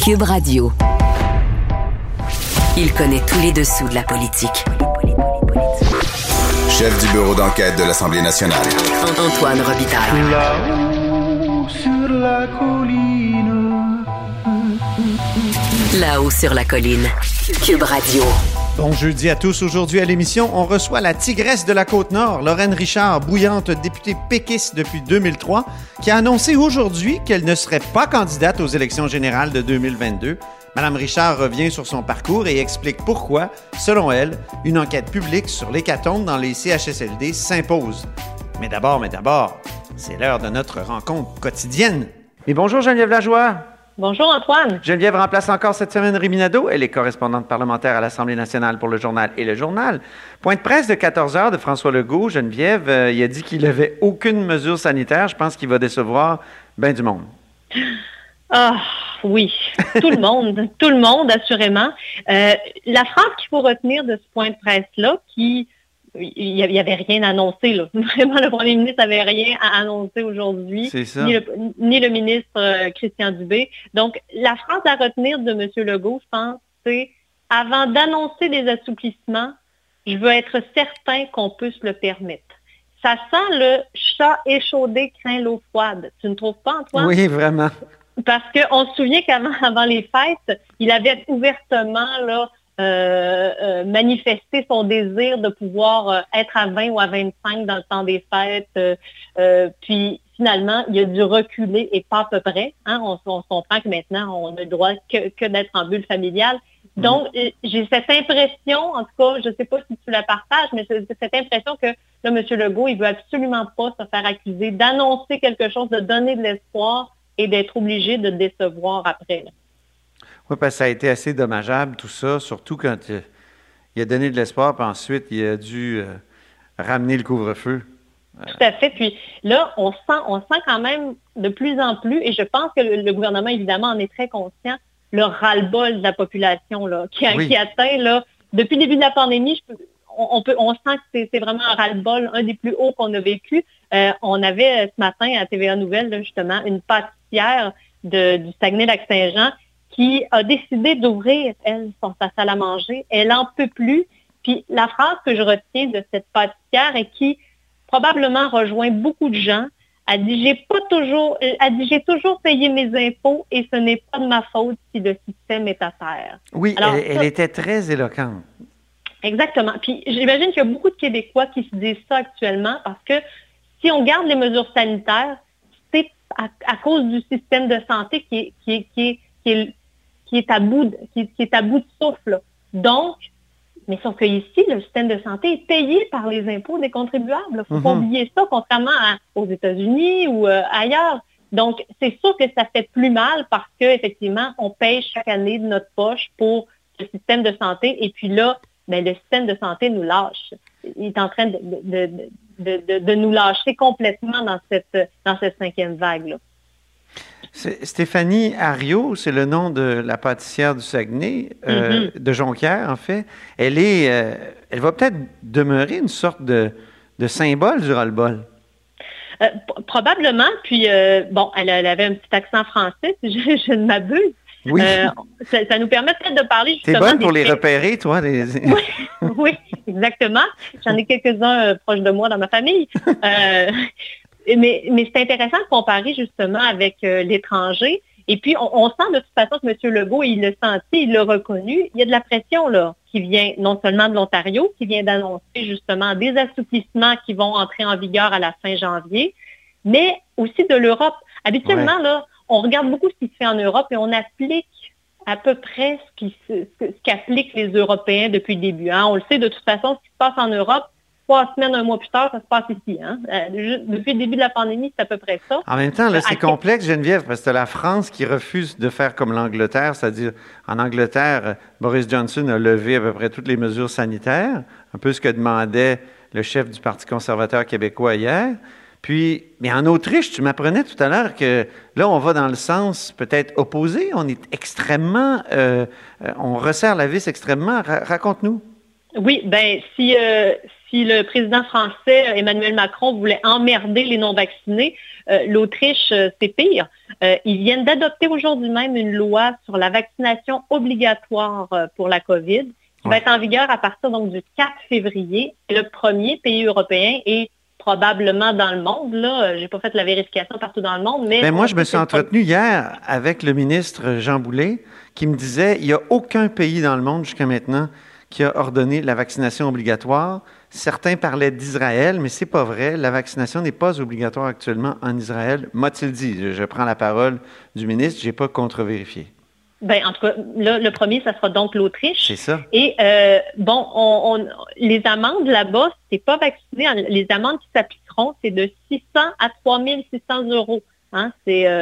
Cube Radio. Il connaît tous les dessous de la politique. Chef du bureau d'enquête de l'Assemblée nationale. Antoine Robitaille. Là-haut sur la colline. Là-haut sur la colline. Cube Radio. Bon jeudi à tous. Aujourd'hui à l'émission, on reçoit la tigresse de la Côte-Nord, Lorraine Richard, bouillante députée péquiste depuis 2003, qui a annoncé aujourd'hui qu'elle ne serait pas candidate aux élections générales de 2022. Madame Richard revient sur son parcours et explique pourquoi, selon elle, une enquête publique sur l'hécatombe dans les CHSLD s'impose. Mais d'abord, c'est l'heure de notre rencontre quotidienne. Et bonjour Geneviève Lajoie. Bonjour Antoine. Geneviève remplace encore cette semaine Rémi Nadeau. Elle est correspondante parlementaire à l'Assemblée nationale pour le Journal et le Journal. Point de presse de 14 heures de François Legault. Geneviève, il a dit qu'il n'avait aucune mesure sanitaire. Je pense qu'il va décevoir bien du monde. Ah oui, tout le monde assurément. La phrase qu'il faut retenir de ce point de presse-là, il n'y avait rien annoncé, là. Vraiment, le premier ministre n'avait rien à annoncer aujourd'hui. C'est ça. Ni le ministre Christian Dubé. Donc, la phrase à retenir de M. Legault, je pense, c'est « Avant d'annoncer des assouplissements, je veux être certain qu'on peut se le permettre. » Ça sent le chat échaudé craint l'eau froide. Tu ne trouves pas, Antoine? Oui, vraiment. Parce qu'on se souvient qu'avant les fêtes, il avait ouvertement manifesté son désir de pouvoir être à 20 ou à 25 dans le temps des fêtes. Puis finalement, il a dû reculer et pas à peu près. Hein? On comprend que maintenant, on n'a le droit que d'être en bulle familiale. Donc, j'ai cette impression, en tout cas, je ne sais pas si tu la partages, mais j'ai cette impression que là, M. Legault, il ne veut absolument pas se faire accuser d'annoncer quelque chose, de donner de l'espoir et d'être obligé de décevoir après. Là. Oui, parce que ça a été assez dommageable, tout ça, surtout quand il a donné de l'espoir, puis ensuite, il a dû ramener le couvre-feu. Tout à fait. Puis là, on sent quand même de plus en plus, et je pense que le gouvernement, évidemment, en est très conscient, le ras-le-bol de la population là, qui atteint, là, depuis le début de la pandémie, on sent que c'est vraiment un ras-le-bol, un des plus hauts qu'on a vécu. On avait ce matin à TVA Nouvelles, là, justement, une pâtissière du Saguenay-Lac-Saint-Jean qui a décidé d'ouvrir, elle, sa salle à manger. Elle n'en peut plus. Puis la phrase que je retiens de cette pâtissière et qui probablement rejoint beaucoup de gens, elle dit j'ai toujours payé mes impôts et ce n'est pas de ma faute si le système est à terre. Oui, alors, elle était très éloquente. Exactement. Puis j'imagine qu'il y a beaucoup de Québécois qui se disent ça actuellement parce que si on garde les mesures sanitaires, c'est à cause du système de santé qui est à bout de souffle. Donc, mais sauf qu'ici, le système de santé est payé par les impôts des contribuables. Il ne faut pas oublier ça, contrairement aux États-Unis ou ailleurs. Donc, c'est sûr que ça fait plus mal parce qu'effectivement, on paye chaque année de notre poche pour le système de santé. Et puis là, le système de santé nous lâche. Il est en train de nous lâcher complètement dans cette cinquième vague-là. Stéphanie Ariot, c'est le nom de la pâtissière du Saguenay, de Jonquière, en fait. Elle va peut-être demeurer une sorte de symbole du ras-le-bol. Probablement. Puis, elle avait un petit accent français, si je ne m'abuse. Oui. Ça nous permet peut-être de parler justement... T'es bonne pour les repérer, toi. Oui, exactement. J'en ai quelques-uns proches de moi dans ma famille. Mais c'est intéressant de comparer justement avec l'étranger. Et puis, on sent de toute façon que M. Legault, il l'a senti, il l'a reconnu. Il y a de la pression là qui vient non seulement de l'Ontario, qui vient d'annoncer justement des assouplissements qui vont entrer en vigueur à la fin janvier, mais aussi de l'Europe. Habituellement, là, on regarde beaucoup ce qui se fait en Europe et on applique à peu près ce qu'appliquent les Européens depuis le début. Hein. On le sait de toute façon, ce qui se passe en Europe, 3 semaines, un mois plus tard, ça se passe ici. Hein? Depuis le début de la pandémie, c'est à peu près ça. En même temps, là, c'est complexe, Geneviève, parce que la France qui refuse de faire comme l'Angleterre, c'est-à-dire, en Angleterre, Boris Johnson a levé à peu près toutes les mesures sanitaires, un peu ce que demandait le chef du Parti conservateur québécois hier. Puis, mais en Autriche, tu m'apprenais tout à l'heure que là, on va dans le sens peut-être opposé. On est extrêmement... on resserre la vis extrêmement. Raconte-nous. Oui, bien, si si le président français Emmanuel Macron voulait emmerder les non-vaccinés, l'Autriche, c'est pire. Ils viennent d'adopter aujourd'hui même une loi sur la vaccination obligatoire pour la COVID, qui va être en vigueur à partir donc du 4 février. C'est le premier pays européen et probablement dans le monde. Là, j'ai pas fait la vérification partout dans le monde, mais... moi, je me suis entretenu hier avec le ministre Jean Boulet qui me disait il n'y a aucun pays dans le monde jusqu'à maintenant qui a ordonné la vaccination obligatoire. Certains parlaient d'Israël, mais c'est pas vrai. La vaccination n'est pas obligatoire actuellement en Israël, m'a-t-il dit. Je prends la parole du ministre, je n'ai pas contre-vérifié. Bien, en tout cas, là, le premier, ça sera donc l'Autriche. C'est ça. Et les amendes là-bas, si tu n'es pas vacciné, les amendes qui s'appliqueront, c'est de 600 à 3600 euros. Hein?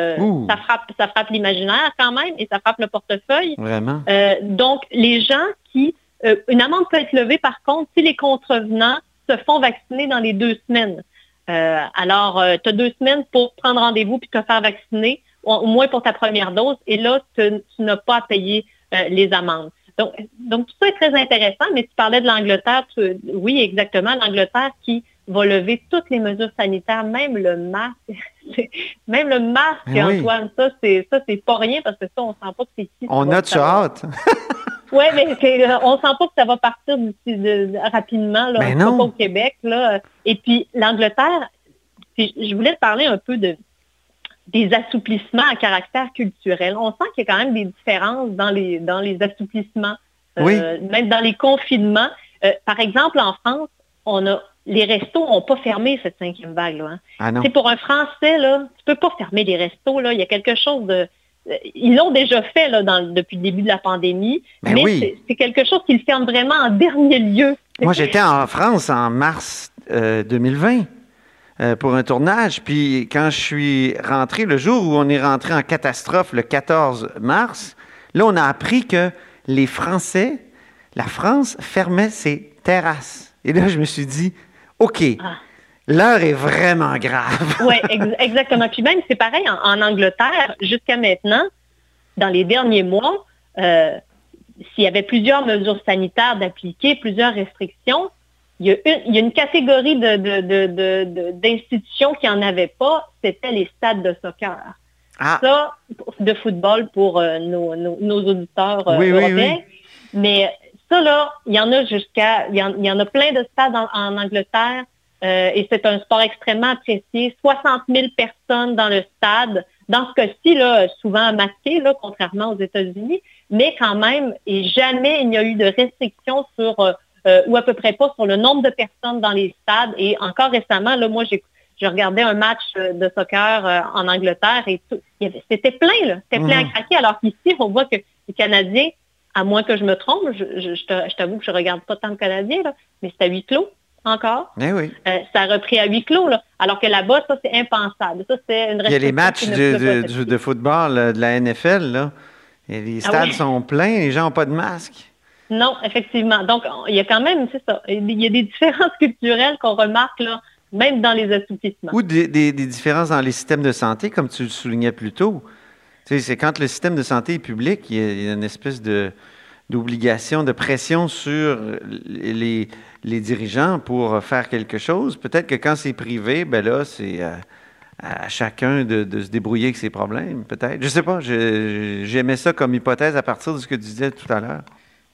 Ça frappe l'imaginaire quand même et ça frappe le portefeuille. Vraiment? Donc, les gens qui... une amende peut être levée, par contre, si les contrevenants se font vacciner dans les 2 semaines. Alors, tu as 2 semaines pour prendre rendez-vous puis te faire vacciner, au moins pour ta première dose, et là, tu n'as pas à payer les amendes. Donc, tout ça est très intéressant, mais tu parlais de l'Angleterre. Oui, exactement, l'Angleterre qui va lever toutes les mesures sanitaires, même le masque. Même le masque, Antoine, ça, c'est pas rien, parce que ça, on sent pas que c'est ici. On a-tu hâte? Oui, mais on sent pas que ça va partir rapidement, là, ben non. Pas au Québec. Là. Et puis, l'Angleterre, je voulais te parler un peu des assouplissements à caractère culturel. On sent qu'il y a quand même des différences dans les assouplissements, même dans les confinements. Par exemple, en France, les restos n'ont pas fermé cette 5e vague. Là, hein. Ah non. Pour un Français, là, tu peux pas fermer les restos. Là. Il y a quelque chose de... Ils l'ont déjà fait là, depuis le début de la pandémie, mais c'est quelque chose qu'ils ferment vraiment en dernier lieu. Moi, j'étais en France en mars 2020 pour un tournage, puis quand je suis rentré, le jour où on est rentré en catastrophe, le 14 mars, là, on a appris que les Français, la France, fermait ses terrasses. Et là, je me suis dit, OK, l'heure est vraiment grave. Oui, exactement. Puis même, c'est pareil en Angleterre, jusqu'à maintenant, dans les derniers mois, s'il y avait plusieurs mesures sanitaires d'appliquer, plusieurs restrictions, il y a une catégorie d'institutions qui n'en avaient pas, c'était les stades de soccer. Ça, de football pour nos auditeurs européens. Oui. Mais ça, là, il y en a il y en a plein de stades en Angleterre. Et c'est un sport extrêmement apprécié. 60 000 personnes dans le stade. Dans ce cas-ci, là, souvent masquées, là, contrairement aux États-Unis, mais quand même, et jamais il n'y a eu de restrictions sur, ou à peu près pas, sur le nombre de personnes dans les stades. Et encore récemment, là, moi, je regardais un match de soccer en Angleterre et c'était plein, là. C'était plein à craquer. Alors qu'ici, on voit que les Canadiens, à moins que je me trompe, je t'avoue que je regarde pas tant de Canadiens, là, mais c'est à huis clos. Encore. Eh oui. Ça a repris à huis clos, là. Alors que là-bas, ça, c'est impensable. Ça, c'est une restriction. Il y a les matchs de football de la NFL, là. Et les stades sont pleins, les gens n'ont pas de masque. Non, effectivement. Donc, il y a quand même, c'est ça, il y a des différences culturelles qu'on remarque, là, même dans les assouplissements. Ou des différences dans les systèmes de santé, comme tu le soulignais plus tôt. Tu sais, c'est quand le système de santé est public, il y a une espèce d'obligation, de pression sur les dirigeants pour faire quelque chose. Peut-être que quand c'est privé, ben là, c'est à chacun de se débrouiller avec ses problèmes, peut-être. Je ne sais pas, j'aimais ça comme hypothèse à partir de ce que tu disais tout à l'heure.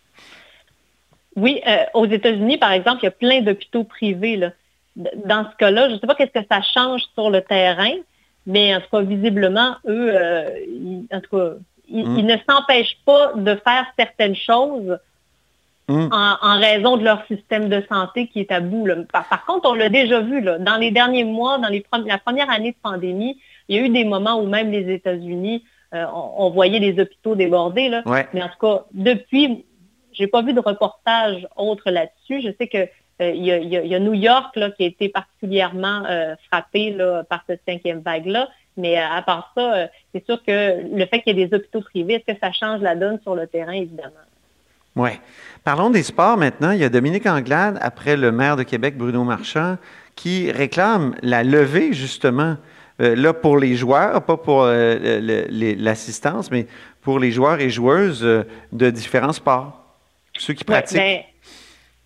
Oui, aux États-Unis, par exemple, il y a plein d'hôpitaux privés, là. Dans ce cas-là, je ne sais pas qu'est-ce que ça change sur le terrain, mais en tout cas, visiblement, eux, ils ne s'empêchent pas de faire certaines choses en raison de leur système de santé qui est à bout. Là. Par contre, on l'a déjà vu, là, dans les derniers mois, dans la première année de pandémie, il y a eu des moments où même les États-Unis, on voyait les hôpitaux débordés. Là. Ouais. Mais en tout cas, depuis, je n'ai pas vu de reportage autre là-dessus. Je sais que il y a New York là, qui a été particulièrement frappé là, par cette 5e vague-là. Mais à part ça, c'est sûr que le fait qu'il y ait des hôpitaux privés, est-ce que ça change la donne sur le terrain, évidemment? Oui. Parlons des sports maintenant. Il y a Dominique Anglade, après le maire de Québec, Bruno Marchand, qui réclame la levée, justement, là pour les joueurs, pas pour l'assistance, mais pour les joueurs et joueuses de différents sports, ceux qui pratiquent.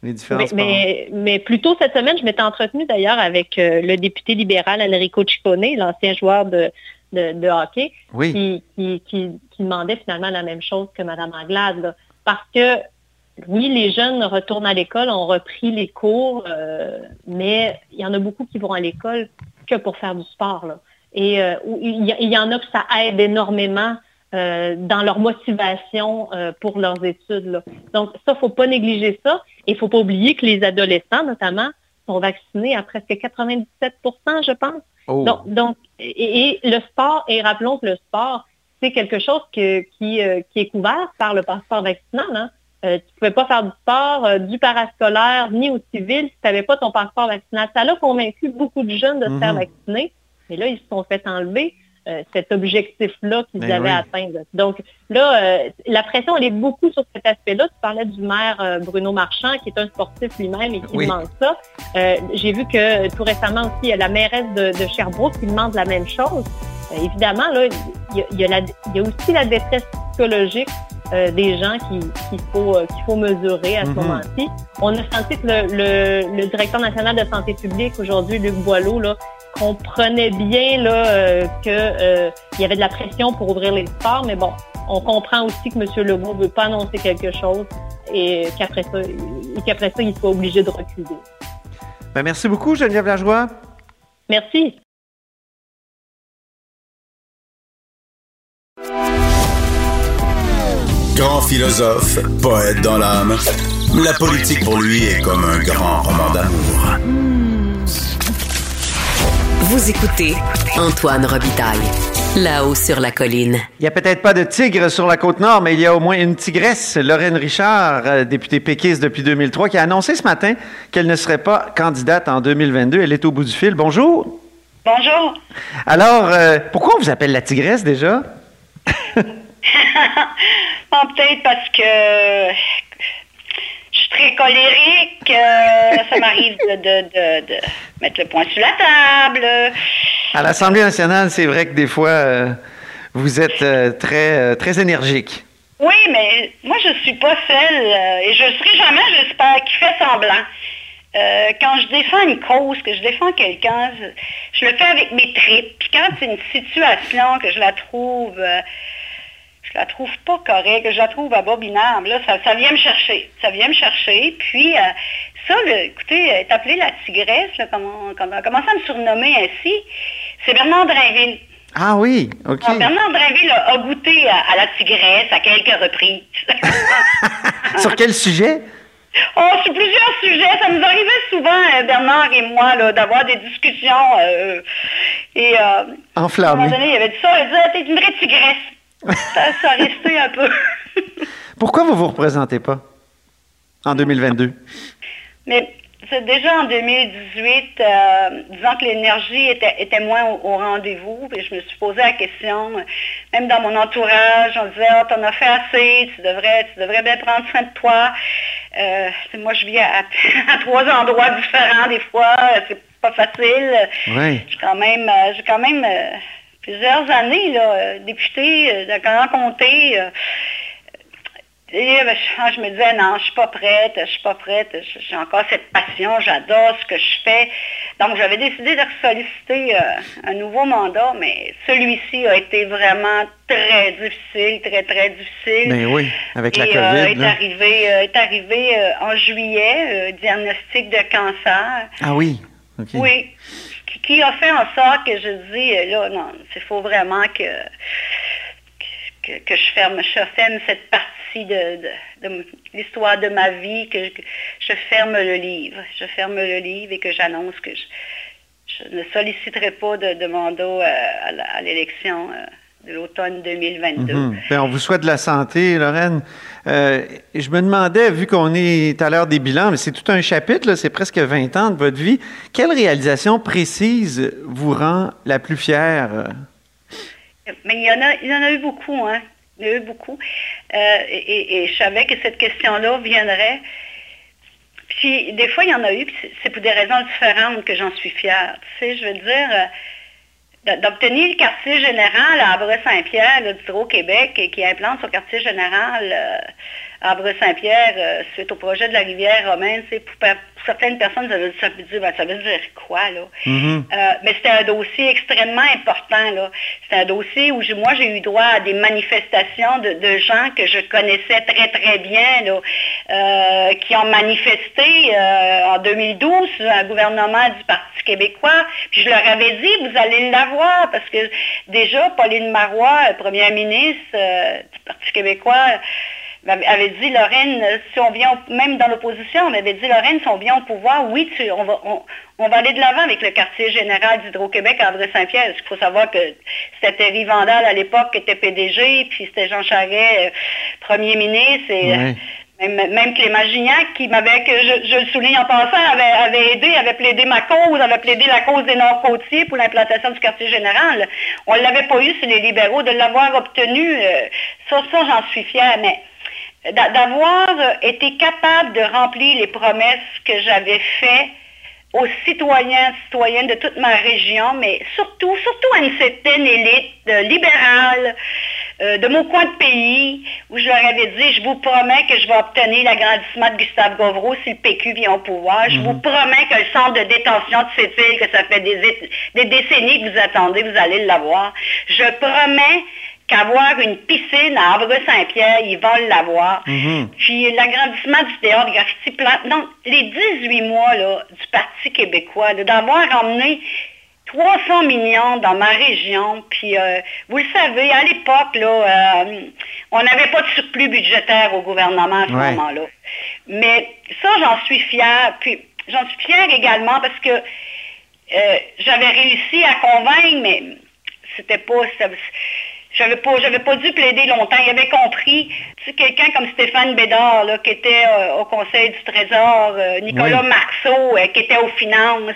les différents sports. Mais plus tôt cette semaine, je m'étais entretenue d'ailleurs avec le député libéral Enrico Ciccone, l'ancien joueur de hockey, qui demandait finalement la même chose que Mme Anglade. Là. Parce que, oui, les jeunes retournent à l'école, ont repris les cours, mais il y en a beaucoup qui vont à l'école que pour faire du sport. Là. Et il y en a que ça aide énormément dans leur motivation pour leurs études. Là. Donc, ça, il ne faut pas négliger ça. Et il ne faut pas oublier que les adolescents, notamment, sont vaccinés à presque 97%, je pense. Oh. Donc, et le sport, et rappelons que le sport, c'est quelque chose qui est couvert par le passeport vaccinal. Hein. Tu ne pouvais pas faire du sport, du parascolaire, ni au civil si tu n'avais pas ton passeport vaccinal. Ça a convaincu beaucoup de jeunes de se faire vacciner. Mais là, ils se sont fait enlever cet objectif-là qu'ils avaient atteint. Là. Donc là, la pression, elle est beaucoup sur cet aspect-là. Tu parlais du maire Bruno Marchand, qui est un sportif lui-même et qui demande ça. J'ai vu que tout récemment aussi, il y a la mairesse de Sherbrooke qui demande la même chose. Évidemment, là, il y a aussi la détresse psychologique des gens qu'il faut mesurer à ce moment-ci. On a senti que le directeur national de santé publique aujourd'hui, Luc Boileau, là, comprenait bien là, qu'il y avait de la pression pour ouvrir les sports, mais bon, on comprend aussi que M. Legault ne veut pas annoncer quelque chose et qu'après ça, il soit obligé de reculer. Ben, merci beaucoup, Geneviève Lajoie. Merci. Grand philosophe, poète dans l'âme, la politique pour lui est comme un grand roman d'amour. Vous écoutez Antoine Robitaille, là-haut sur la colline. Il n'y a peut-être pas de tigre sur la Côte-Nord, mais il y a au moins une tigresse, Lorraine Richard, députée péquiste depuis 2003, qui a annoncé ce matin qu'elle ne serait pas candidate en 2022. Elle est au bout du fil. Bonjour. Bonjour. Alors, pourquoi on vous appelle la tigresse déjà? Bon, peut-être parce que je suis très colérique. Ça m'arrive de mettre le poing sur la table. À l'Assemblée nationale, c'est vrai que des fois, vous êtes très énergique. Oui, mais moi, je ne suis pas celle, et je ne serai jamais, j'espère, qui fait semblant. Quand je défends une cause, que je défends quelqu'un, je le fais avec mes tripes. Puis quand c'est une situation que je la trouve pas correcte, que je la trouve abominable, là, ça vient me chercher. Ça vient me chercher. Puis ça, écoutez, est appelée la tigresse, là, comme on a commencé à me surnommer ainsi, c'est Bernard Drainville. Ah oui, OK. Alors, Bernard Drainville a goûté à la tigresse à quelques reprises. Sur quel sujet? Oh, sur plusieurs sujets. Ça nous arrivait souvent, Bernard et moi, là, d'avoir des discussions. Enflammées. À un moment donné, il avait dit ça, il disait, t'es une vraie tigresse. ça a resté un peu. Pourquoi vous ne vous représentez pas en 2022? Mais c'est déjà en 2018, disant que l'énergie était moins au rendez-vous, et je me suis posé la question, même dans mon entourage, on disait, oh, t'en as fait assez, tu devrais bien prendre soin de toi. Moi, je vis à 3 endroits différents des fois, c'est pas facile. Oui. J'ai quand même plusieurs années, là, députée, de grand comté. Et je me disais, non, je suis pas prête, j'ai encore cette passion, j'adore ce que je fais. Donc, j'avais décidé de solliciter un nouveau mandat, mais celui-ci a été vraiment très difficile, très, très difficile. Mais oui, avec la COVID. Est arrivé en juillet, diagnostic de cancer. Ah oui, OK. Oui, qui a fait en sorte que je dis, là, non, il faut vraiment que je ferme cette partie de l'histoire de ma vie, que je ferme le livre. Je ferme le livre et que j'annonce que je ne solliciterai pas de mandat à l'élection de l'automne 2022. Bien, on vous souhaite de la santé, Lorraine. Je me demandais, vu qu'on est à l'heure des bilans, mais c'est tout un chapitre, là, c'est presque 20 ans de votre vie, quelle réalisation précise vous rend la plus fière? Mais il y en a eu beaucoup, hein. Il y en a eu beaucoup. Et je savais que cette question-là viendrait. Puis, des fois, il y en a eu, puis c'est pour des raisons différentes que j'en suis fière. Tu sais, je veux dire, d'obtenir le quartier général à Abreu-Saint-Pierre, d'Hydro-Québec, qui implante son quartier général à Havre-Saint-Pierre, suite au projet de la rivière romaine, pour certaines personnes, ça veut dire quoi, là? Mais c'était un dossier extrêmement important, là. C'était un dossier où moi, j'ai eu droit à des manifestations de gens que je connaissais très, très bien, là, qui ont manifesté en 2012 sur un gouvernement du Parti québécois. Puis je leur avais dit, vous allez l'avoir, parce que déjà, Pauline Marois, première ministre du Parti québécois, avait dit, Lorraine, si on vient, même dans l'opposition, on avait dit, Lorraine, si on vient au pouvoir, oui, on va aller de l'avant avec le quartier général d'Hydro-Québec à Havre-Saint-Pierre. Il faut savoir que c'était Terry Vandal à l'époque qui était PDG, puis c'était Jean Charest, premier ministre, et même Clément Gignac, qui m'avait, que je le souligne en passant, avait aidé, avait plaidé ma cause, avait plaidé la cause des Nord-Côtiers pour l'implantation du quartier général. On ne l'avait pas eu sur les libéraux, de l'avoir obtenu, ça j'en suis fière, mais d'avoir été capable de remplir les promesses que j'avais faites aux citoyennes de toute ma région, mais surtout à une certaine élite libérale de mon coin de pays, où je leur avais dit, je vous promets que je vais obtenir l'agrandissement de Gustave Govreau si le PQ vient au pouvoir. Je vous promets que le centre de détention de Sept-Îles, que ça fait des décennies que vous attendez, vous allez l'avoir. Je promets qu'avoir une piscine à Havre-Saint-Pierre, ils vont l'avoir. Puis l'agrandissement du théâtre Graffiti Plante. Donc, les 18 mois là, du Parti québécois, d'avoir emmené 300 millions dans ma région, puis vous le savez, à l'époque, là, on n'avait pas de surplus budgétaire au gouvernement à ce moment-là. Mais ça, j'en suis fière. Puis j'en suis fière également parce que j'avais réussi à convaincre, mais c'était pas... J'avais pas dû plaider longtemps. Il avait compris. Tu sais, quelqu'un comme Stéphane Bédard, là, qui était au Conseil du Trésor, Nicolas Marceau, qui était aux finances,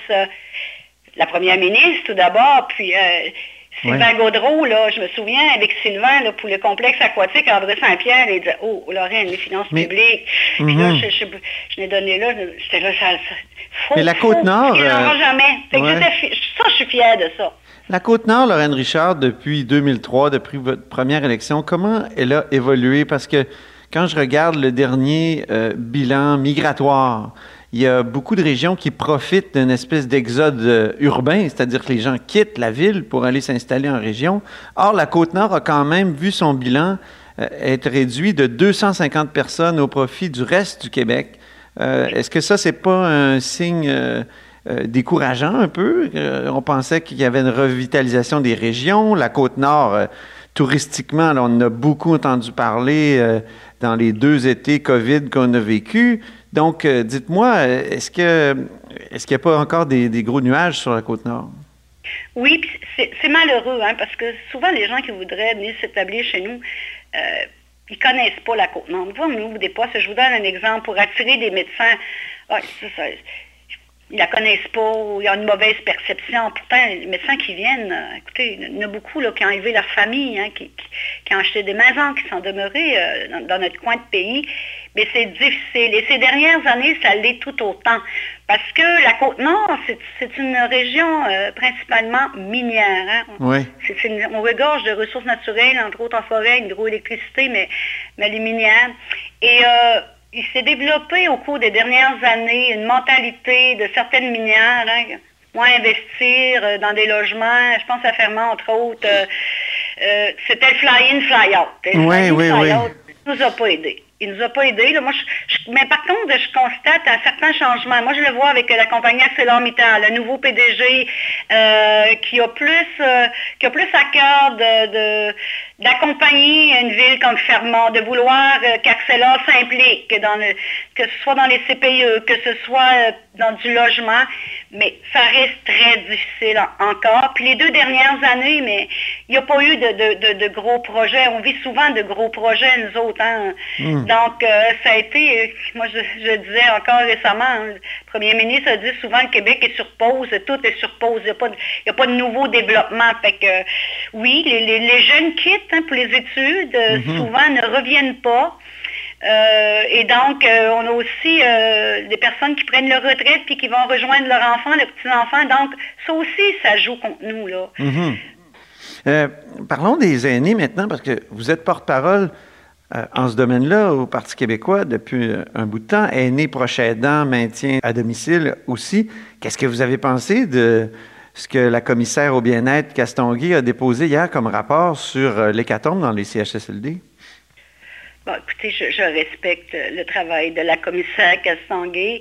la première ministre tout d'abord, puis Sylvain Gaudreau, là, je me souviens, avec Sylvain, là, pour le complexe aquatique à Havre-Saint-Pierre, il disait, oh, Lorraine, les finances publiques. Puis là, je l'ai donné là, j'étais là, ça mais la Côte-Nord... jamais. Fait que je suis fière de ça. La Côte-Nord, Lorraine Richard, depuis 2003, depuis votre première élection, comment elle a évolué? Parce que quand je regarde le dernier bilan migratoire, il y a beaucoup de régions qui profitent d'une espèce d'exode urbain, c'est-à-dire que les gens quittent la ville pour aller s'installer en région. Or, la Côte-Nord a quand même vu son bilan être réduit de 250 personnes au profit du reste du Québec. Est-ce que ça, c'est pas un signe... décourageant un peu. On pensait qu'il y avait une revitalisation des régions. La Côte-Nord, touristiquement, là, on en a beaucoup entendu parler dans les 2 étés COVID qu'on a vécu. Donc, dites-moi, est-ce qu'il n'y a pas encore des gros nuages sur la Côte-Nord? Oui, c'est malheureux, hein, parce que souvent, les gens qui voudraient venir s'établir chez nous, ils ne connaissent pas la Côte-Nord. Nous, on ouvre des postes. Je vous donne un exemple. Pour attirer des médecins, ils la connaissent pas, ou il y a une mauvaise perception. Pourtant, les médecins qui viennent, écoutez, il y en a beaucoup là, qui ont élevé leur famille, hein, qui ont acheté des maisons, qui sont demeurés dans notre coin de pays. Mais c'est difficile. Et ces dernières années, ça l'est tout autant. Parce que la Côte-Nord, c'est une région principalement minière. Hein? Oui. On regorge de ressources naturelles, entre autres en forêt, hydroélectricité, mais les minières. Et... il s'est développé au cours des dernières années une mentalité de certaines minières, hein, moins investir dans des logements. Je pense à Fermont, entre autres. C'était le fly-in, fly-out. Oui. Il nous a pas aidés. Il nous a pas aidés. Là. Moi, mais par contre, je constate un certain changement. Moi, je le vois avec la compagnie ArcelorMittal, le nouveau PDG qui a plus à cœur d'accompagner une ville comme Fermont, de vouloir qu'Arcelor s'implique, que ce soit dans les CPE, que ce soit dans du logement, mais ça reste très difficile encore. Puis les 2 dernières années, mais il n'y a pas eu de gros projets. On vit souvent de gros projets, nous autres. Hein? Donc, ça a été, moi je disais encore récemment, hein, le premier ministre a dit souvent le Québec est sur pause, tout est sur pause, il n'y a pas de nouveau développement. Fait que, oui, les jeunes quittent pour les études, souvent ne reviennent pas. Et donc, on a aussi des personnes qui prennent leur retraite puis qui vont rejoindre leurs enfants, leurs petits-enfants. Donc, ça aussi, ça joue contre nous, là. Parlons des aînés maintenant, parce que vous êtes porte-parole en ce domaine-là, au Parti québécois, depuis un bout de temps. Aînés, proches aidants, maintien à domicile aussi. Qu'est-ce que vous avez pensé de ce que la commissaire au bien-être Castonguay a déposé hier comme rapport sur l'hécatombe dans les CHSLD? Bon, écoutez, je respecte le travail de la commissaire Castonguay.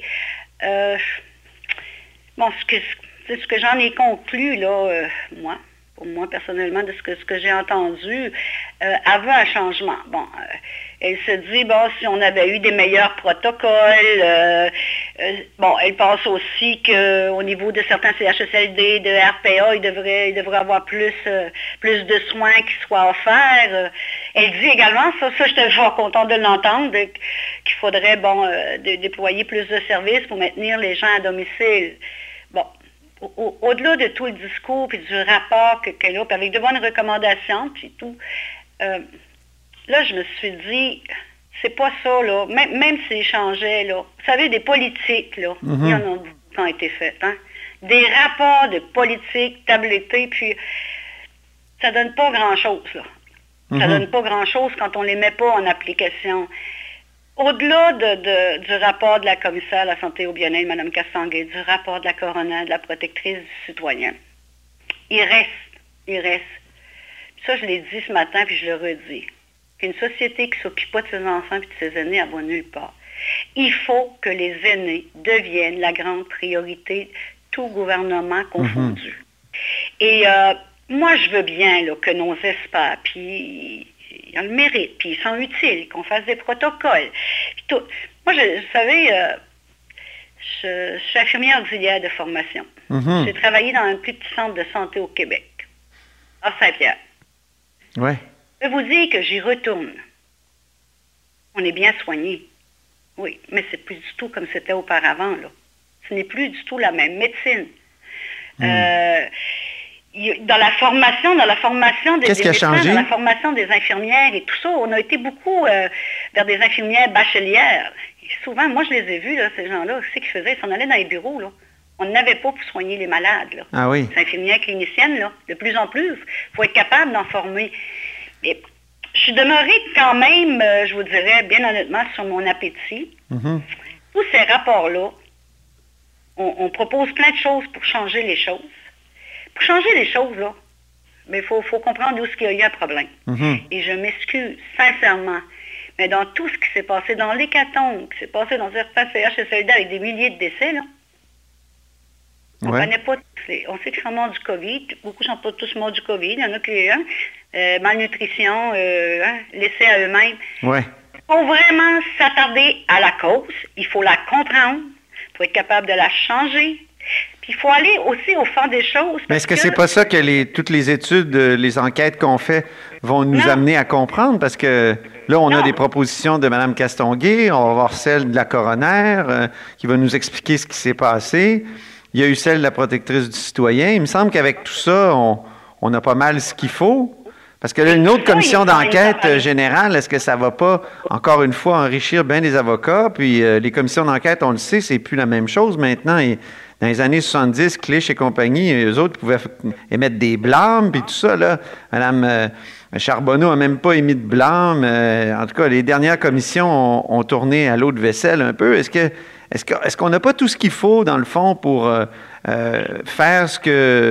Bon, ce que j'en ai conclu, là, pour moi personnellement, de ce que j'ai entendu, elle veut un changement. Bon, elle se dit, bon, si on avait eu des meilleurs protocoles, bon, elle pense aussi qu'au niveau de certains CHSLD, de RPA, il devrait avoir plus de soins qui soient offerts. Elle dit également, ça j'étais fort contente de l'entendre, qu'il faudrait, bon, déployer plus de services pour maintenir les gens à domicile. Bon, au-delà de tout le discours puis du rapport qu'elle a, puis avec de bonnes recommandations, puis tout, là, je me suis dit, c'est pas ça, là. Même s'ils changeaient, là. Vous savez, des politiques, là, il y en a beaucoup qui ont été faits, hein. Des rapports de politique tablettés, puis ça donne pas grand-chose, là. Ça donne pas grand-chose quand on les met pas en application. Au-delà du rapport de la commissaire à la santé et au bien-être, Mme Castonguay, du rapport de la coroner, de la protectrice du citoyen, il reste. Ça, je l'ai dit ce matin, puis je le redis. Qu'une société qui ne s'occupe pas de ses enfants et de ses aînés, elle va nulle part. Il faut que les aînés deviennent la grande priorité, tout gouvernement confondu. Et moi, je veux bien là, que nos experts, puis ils ont le mérite, puis ils sont utiles, qu'on fasse des protocoles. Tout. Moi, vous savez, je suis infirmière auxiliaire de formation. J'ai travaillé dans un plus petit centre de santé au Québec, à Saint-Pierre. Ouais. Je peux vous dire que j'y retourne. On est bien soigné. Oui, mais c'est plus du tout comme c'était auparavant, là. Ce n'est plus du tout la même médecine. Dans la formation des Qu'est-ce qui a changé? Dans la formation des infirmières et tout ça, on a été beaucoup vers des infirmières bachelières. Et souvent, moi, je les ai vus, là, ces gens-là, ce qu'ils faisaient, ils s'en allaient dans les bureaux, là. On n'avait pas pour soigner les malades, là. Ah oui. Les infirmières cliniciennes, là, de plus en plus, il faut être capable d'en former. Mais je suis demeurée quand même, je vous dirais, bien honnêtement, sur mon appétit. Tous ces rapports-là, on propose plein de choses pour changer les choses. Pour changer les choses, là, mais il faut comprendre où il y a un problème. Et je m'excuse, sincèrement, mais dans tout ce qui s'est passé, dans l'hécatombe, qui s'est passé dans certains CHSLD avec des milliers de décès, là, on ne connaît pas tous les... On sait qu'ils sont morts du COVID, beaucoup ne sont pas tous morts du COVID, il y en a qui, malnutrition, laissés à eux-mêmes. Ouais. Il faut vraiment s'attarder à la cause, il faut la comprendre, il faut être capable de la changer. Puis il faut aller aussi au fond des choses. Mais est-ce que c'est pas ça que toutes les études, les enquêtes qu'on fait vont nous amener à comprendre? Parce que là, on a des propositions de Mme Castonguay, on va voir celle de la coroner qui va nous expliquer ce qui s'est passé. Il y a eu celle de la protectrice du citoyen. Il me semble qu'avec tout ça, on a pas mal ce qu'il faut. Parce que là, une autre commission d'enquête générale, est-ce que ça va pas, encore une fois, enrichir bien les avocats? Puis les commissions d'enquête, on le sait, c'est plus la même chose maintenant. Et dans les années 70, Clich et compagnie, eux autres pouvaient émettre des blâmes, puis tout ça, là. Mme Charbonneau n'a même pas émis de blâme. En tout cas, les dernières commissions ont tourné à l'eau de vaisselle un peu. Est-ce qu'on n'a pas tout ce qu'il faut, dans le fond, pour faire ce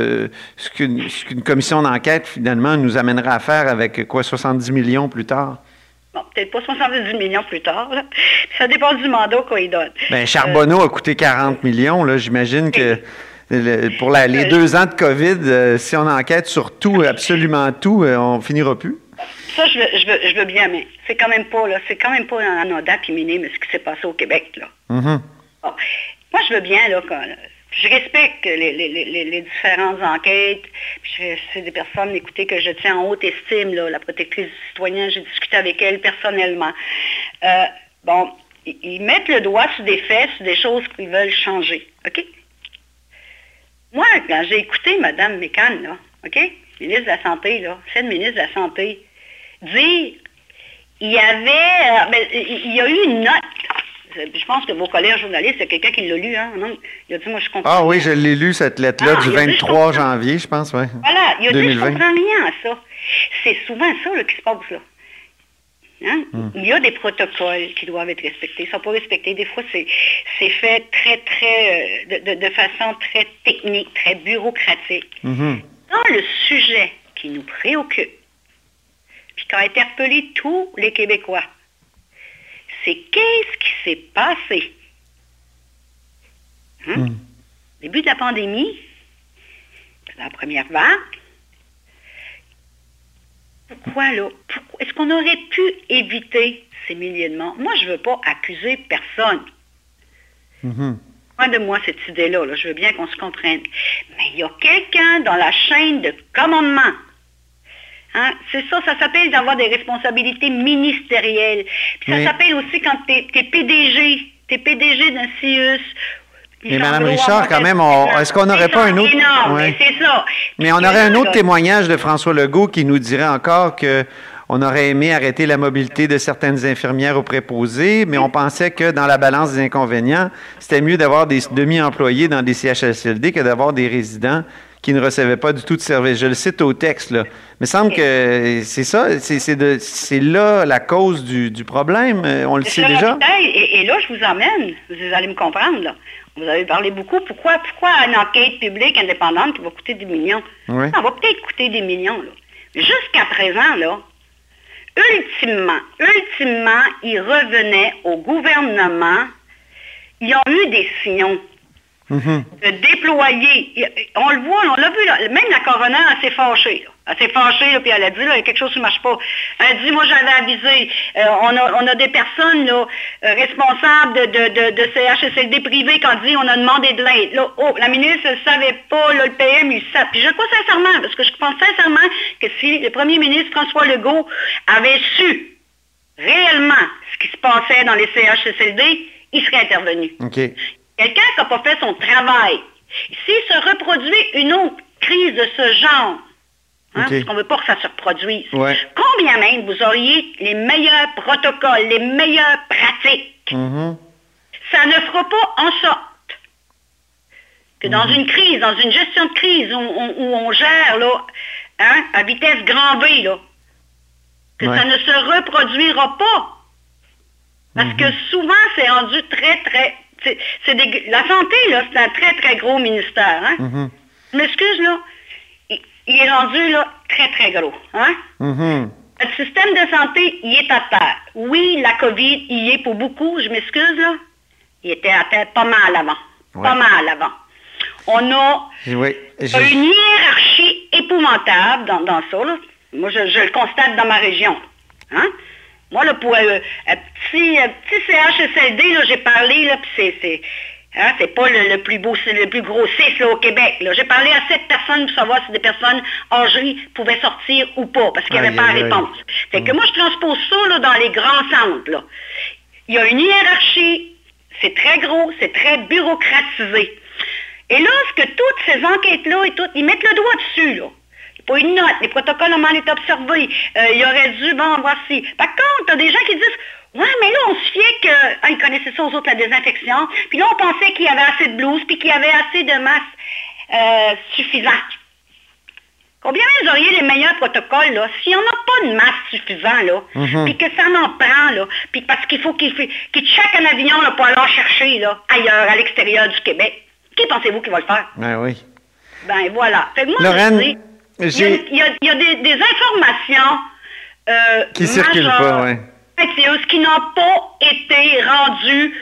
qu'une commission d'enquête, finalement, nous amènera à faire avec, 70 millions plus tard? Bon, peut-être pas 70 millions plus tard, là. Ça dépend du mandat qu'on y donne. Bien, Charbonneau a coûté 40 millions, là. J'imagine que pour les 2 ans de COVID, si on enquête sur tout, absolument tout, on finira plus. Ça, je veux bien, mais c'est quand même pas anodin puis minime ce qui s'est passé au Québec, là. Bon. Moi, je veux bien, là, je respecte les différentes enquêtes. C'est des personnes, écoutez, que je tiens en haute estime, là, la protectrice du citoyen, j'ai discuté avec elle personnellement. Bon, ils mettent le doigt sur des faits, sur des choses qu'ils veulent changer, OK? Moi, quand j'ai écouté Mme Mécan, là, OK, ministre de la Santé, là, ancienne ministre de la Santé, dire, il y a eu une note. Je pense que vos collègues journalistes, il y a quelqu'un qui l'a lu, hein? Non? Il a dit, moi, je comprends. Ah oui, je l'ai lu, cette lettre-là, du 23 janvier, je pense, oui. Voilà, il a 2020. dit, je comprends rien à ça. C'est souvent ça là, qui se passe, là. Hein? Il y a des protocoles qui doivent être respectés. Ils ne sont pas respectés. Des fois, c'est fait de façon très technique, très bureaucratique. Dans le sujet qui nous préoccupe, puis qui a interpellé tous les Québécois, c'est qu'est-ce qui s'est passé? Début de la pandémie, la première vague, pourquoi là? Est-ce qu'on aurait pu éviter ces milliers de morts? Moi, je ne veux pas accuser personne. Loin de moi cette idée-là, je veux bien qu'on se comprenne. Mais il y a quelqu'un dans la chaîne de commandement. Hein? C'est ça, ça s'appelle d'avoir des responsabilités ministérielles. Puis ça s'appelle aussi quand tu es PDG d'un CIUS. Mais Mme Richard, quand même, est-ce qu'on n'aurait pas un autre... Ouais. C'est ça. Mais on aurait un autre témoignage de François Legault qui nous dirait encore qu'on aurait aimé arrêter la mobilité de certaines infirmières aux préposés, mais on pensait que dans la balance des inconvénients, c'était mieux d'avoir des demi-employés dans des CHSLD que d'avoir des résidents qui ne recevaient pas du tout de service. Je le cite au texte, là. Mais il semble que c'est ça, c'est là la cause du problème. On le sait déjà. Et là, je vous emmène, vous allez me comprendre, là. Vous avez parlé beaucoup. Pourquoi une enquête publique indépendante qui va coûter des millions? Oui. Ça va peut-être coûter des millions, là. Jusqu'à présent, là, ultimement, il revenait au gouvernement. Ils ont eu des signaux de déployer. On le voit, on l'a vu, là, même la coroner, elle s'est fâchée. Là. Elle s'est fâchée, là, puis elle a dit, là, il y a quelque chose qui ne marche pas. Elle a dit, moi, j'avais avisé. On a des personnes là, responsables de CHSLD privés qui ont dit, on a demandé de l'aide. Là, la ministre ne savait pas, là, le PM, il savait. Puis je crois sincèrement, parce que je pense sincèrement que si le premier ministre François Legault avait su réellement ce qui se passait dans les CHSLD, il serait intervenu. OK. Quelqu'un qui n'a pas fait son travail. S'il se reproduit une autre crise de ce genre, parce qu'on ne veut pas que ça se reproduise, combien même vous auriez les meilleurs protocoles, les meilleures pratiques, ça ne fera pas en sorte que dans une crise, dans une gestion de crise où on gère là, à vitesse grand V, là, que ça ne se reproduira pas. Parce que souvent, c'est rendu très... la santé, là, c'est un très, très gros ministère. Hein? Je m'excuse, là. Il est rendu, là, très, très gros. Hein? Le système de santé, il est à terre. Oui, la COVID, il y est pour beaucoup. Je m'excuse, là. Il était à terre pas mal avant. Pas mal avant. On a une hiérarchie épouvantable dans ça, là. Moi, je le constate dans ma région. Hein? Moi, là, pour un petit CHSLD, là, j'ai parlé, là, puis c'est pas le plus beau, c'est le plus gros 6 là, au Québec. Là. J'ai parlé à 7 personnes pour savoir si des personnes âgées pouvaient sortir ou pas, parce qu'il n'y avait pas la réponse. Fait que moi, je transpose ça là, dans les grands centres. Là. Il y a une hiérarchie, c'est très gros, c'est très bureaucratisé. Et lorsque toutes ces enquêtes-là, ils mettent le doigt dessus, là. Pas une note, les protocoles ont mal été observés. Il aurait dû, voici. Par contre, t'as des gens qui disent, ouais, mais là, on se fiait qu'ils connaissaient ça aux autres, la désinfection. Puis là, on pensait qu'il y avait assez de blouses, puis qu'il y avait assez de masse suffisante. Combien vous auriez les meilleurs protocoles, là, s'il n'y en a pas de masse suffisante, là, puis que ça en prend, là, puis parce qu'il faut qu'il check un avion, là, pour aller en chercher, là, ailleurs, à l'extérieur du Québec. Qui pensez-vous qu'il va le faire? Ben oui. Ben voilà. Fait que moi, Lorraine, il y a des informations qui circulent pas, qui n'ont pas été rendues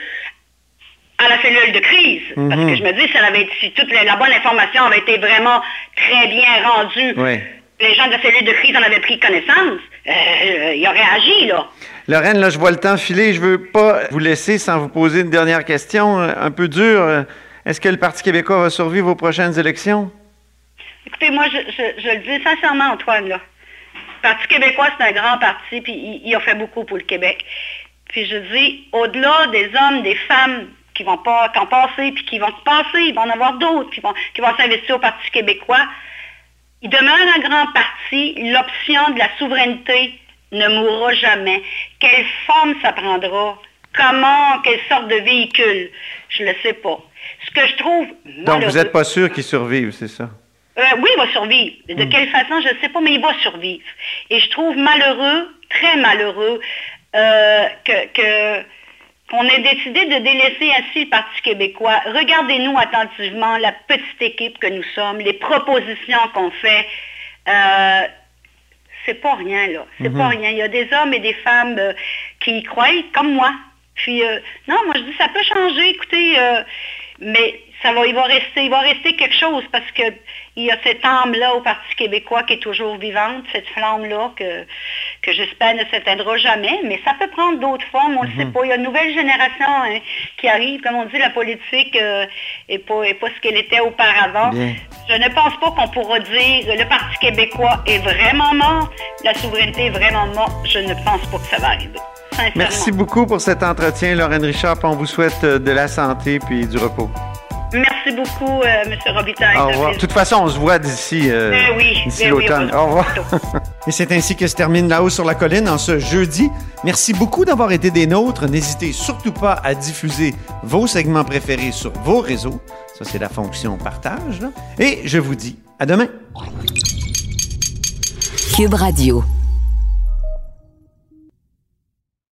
à la cellule de crise. Parce que je me dis, si toute la bonne information avait été vraiment très bien rendue, les gens de la cellule de crise en avaient pris connaissance, ils auraient agi, là. Lorraine, là, je vois le temps filer. Je veux pas vous laisser sans vous poser une dernière question un peu dure. Est-ce que le Parti québécois va survivre aux prochaines élections? Écoutez, moi, je le dis sincèrement, Antoine, là. Le Parti québécois, c'est un grand parti, puis il a fait beaucoup pour le Québec. Puis je dis, au-delà des hommes, des femmes qui vont passer, puis qui vont se passer, il va en avoir d'autres qui vont s'investir au Parti québécois, il demeure un grand parti. L'option de la souveraineté ne mourra jamais. Quelle forme ça prendra? Comment? Quelle sorte de véhicule? Je ne le sais pas. Ce que je trouve malheureux... Donc, vous n'êtes pas sûr qu'il survive, c'est ça? Oui, il va survivre. De quelle façon, je ne sais pas, mais il va survivre. Et je trouve malheureux, très malheureux qu'on ait décidé de délaisser ainsi le Parti québécois. Regardez-nous attentivement la petite équipe que nous sommes, les propositions qu'on fait. C'est pas rien, là. C'est pas rien. Il y a des hommes et des femmes qui y croient, comme moi. Puis, non, moi, je dis, ça peut changer, écoutez, mais il va rester quelque chose parce que il y a cette âme-là au Parti québécois qui est toujours vivante, cette flamme-là que j'espère ne s'éteindra jamais, mais ça peut prendre d'autres formes, on ne le sait pas. Il y a une nouvelle génération qui arrive, comme on dit, la politique est pas ce qu'elle était auparavant. Bien. Je ne pense pas qu'on pourra dire le Parti québécois est vraiment mort, la souveraineté est vraiment morte. Je ne pense pas que ça va arriver. Merci beaucoup pour cet entretien, Lorraine Richard. On vous souhaite de la santé puis du repos. Merci beaucoup, M. Robitaille. Au revoir. De toute façon, on se voit d'ici l'automne. Au revoir. Et c'est ainsi que se termine La Hausse sur la Colline en ce jeudi. Merci beaucoup d'avoir été des nôtres. N'hésitez surtout pas à diffuser vos segments préférés sur vos réseaux. Ça, c'est la fonction partage, là. Et je vous dis à demain. Cube Radio.